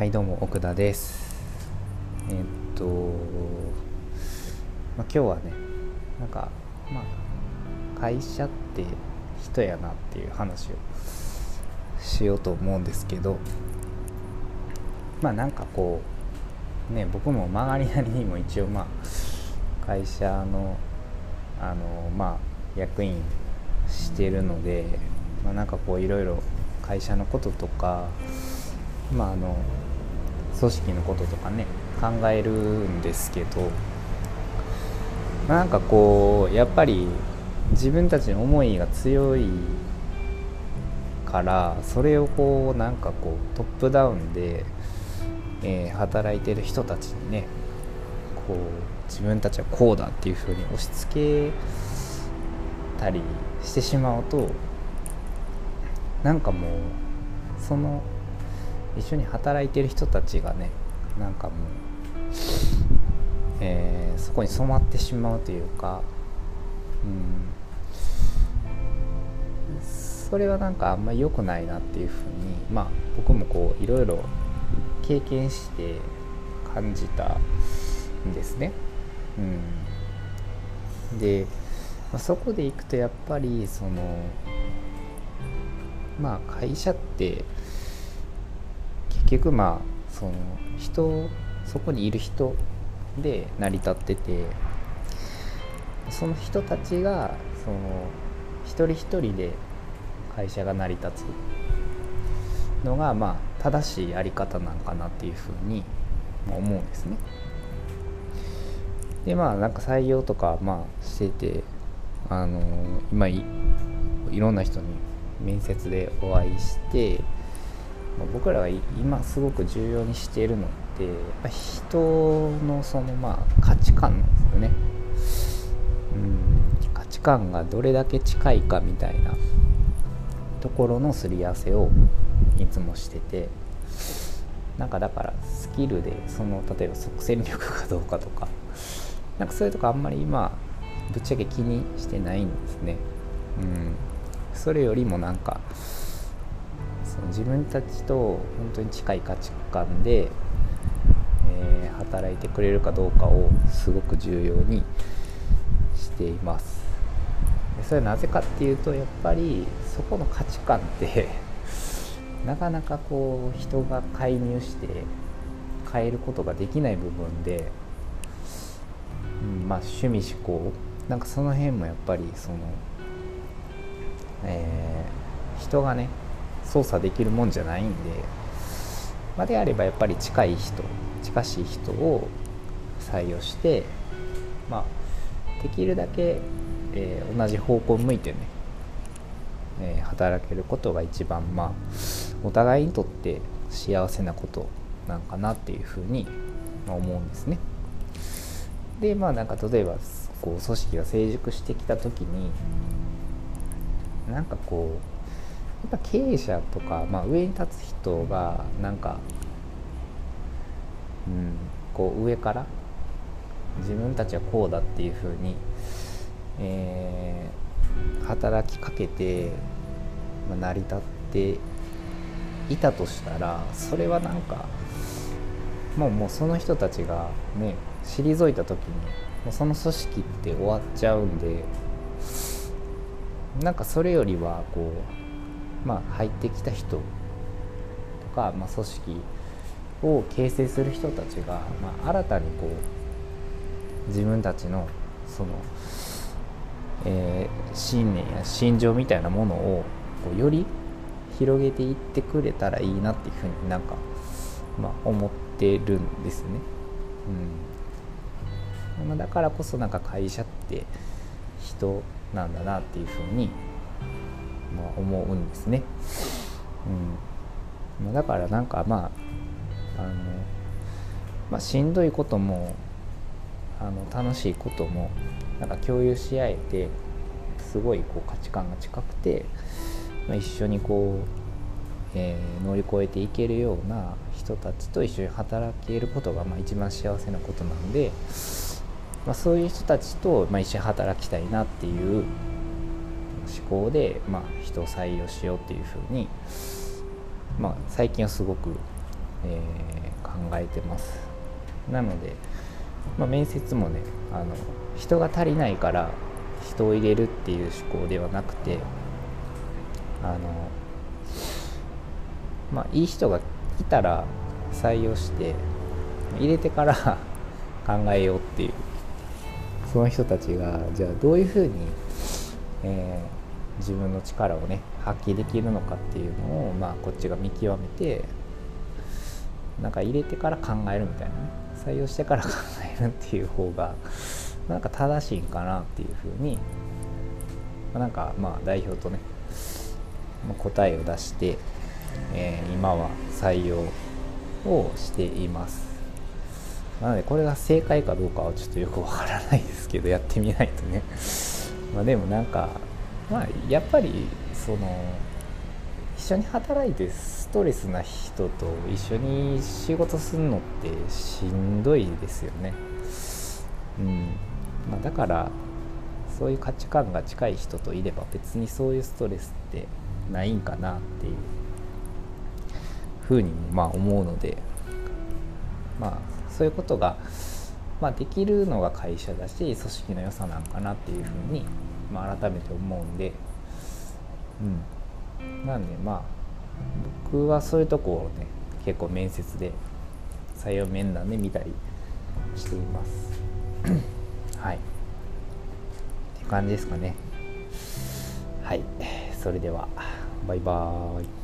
はい、どうも奥田です。えーっと、今日はね、なんか会社って人やなっていう話をしようと思うんですけど、なんかこうね、僕も曲がりなりにも一応会社の役員してるので、なんかこういろいろ会社のこととか、組織のこととかね考えるんですけど、なんかこうやっぱり自分たちの思いが強いから、それをこうなんかこうトップダウンで、働いてる人たちにね、こう自分たちはこうだっていう風に押し付けたりしてしまうと、なんかもうその一緒に働いてる人たちがね、なんかもう、そこに染まってしまうというか、それはなんかあんまり良くないなっていうふうに、僕もこういろいろ経験して感じたんですね。で、そこでいくとやっぱりその会社って結局そのそこにいる人で成り立ってて、その人たちがその一人一人で会社が成り立つのが正しいやり方なんかなっていうふうに思うんですね。でなんか採用とかしてて、今いろんな人に面接でお会いして、僕らが今すごく重要にしているのってやっぱ人のその価値観なんですよね。価値観がどれだけ近いかみたいなところのすり合わせをいつもしてて、だからスキルでその例えば即戦力かどうかとか、そういうとこあんまり今ぶっちゃけ気にしてないんですね。それよりもその自分たちと本当に近い価値観で、働いてくれるかどうかをすごく重要にしています。それはなぜかっていうと、やっぱりそこの価値観ってなかなかこう人が介入して変えることができない部分で、趣味思考その辺もやっぱりその、人がね操作できるもんじゃないんで、であればやっぱり近しい人を採用して、できるだけ、同じ方向を向いてね、働けることが一番お互いにとって幸せなことなんかなっていうふうに思うんですね。で例えばこう組織が成熟してきた時にこうやっぱ経営者とか、上に立つ人がこう上から自分たちはこうだっていうふうに、働きかけて、成り立っていたとしたら、それはもうその人たちがね退いた時にもうその組織って終わっちゃうんで、それよりはこう入ってきた人とか、組織を形成する人たちが、新たにこう自分たちのその、信念や信条みたいなものをこうより広げていってくれたらいいなっていうふうに思ってるんですね。だからこそ会社って人なんだなっていうふうに思うんですね。だからしんどいことも楽しいことも共有し合えて、すごいこう価値観が近くて、一緒にこう、乗り越えていけるような人たちと一緒に働けることが一番幸せなことなので、そういう人たちと一緒に働きたいなっていう思考で、人を採用しようっていうふうに、最近はすごく考えてます。なので、面接もね、人が足りないから人を入れるっていう思考ではなくて、いい人がいたら採用して入れてから考えようっていう、その人たちがじゃあどういうふうに、自分の力をね発揮できるのかっていうのを、こっちが見極めて、なんか入れてから考えるみたいなね、採用してから考えるっていう方がなんか正しいんかなっていうふうに、なんか代表とね答えを出して、今は採用をしています。なのでこれが正解かどうかはちょっとよくわからないですけど、やってみないとねでもなんかやっぱり一緒に働いてストレスな人と一緒に仕事するのってしんどいですよね。だからそういう価値観が近い人といれば別にそういうストレスってないんかなっていうふうにも思うので、そういうことができるのが会社だし組織の良さなんかなっていうふうに改めて思うんで、なんで僕はそういうとこをね結構面接で採用面談で見たりしていますはいって感じですかね。はい、それではバイバーイ。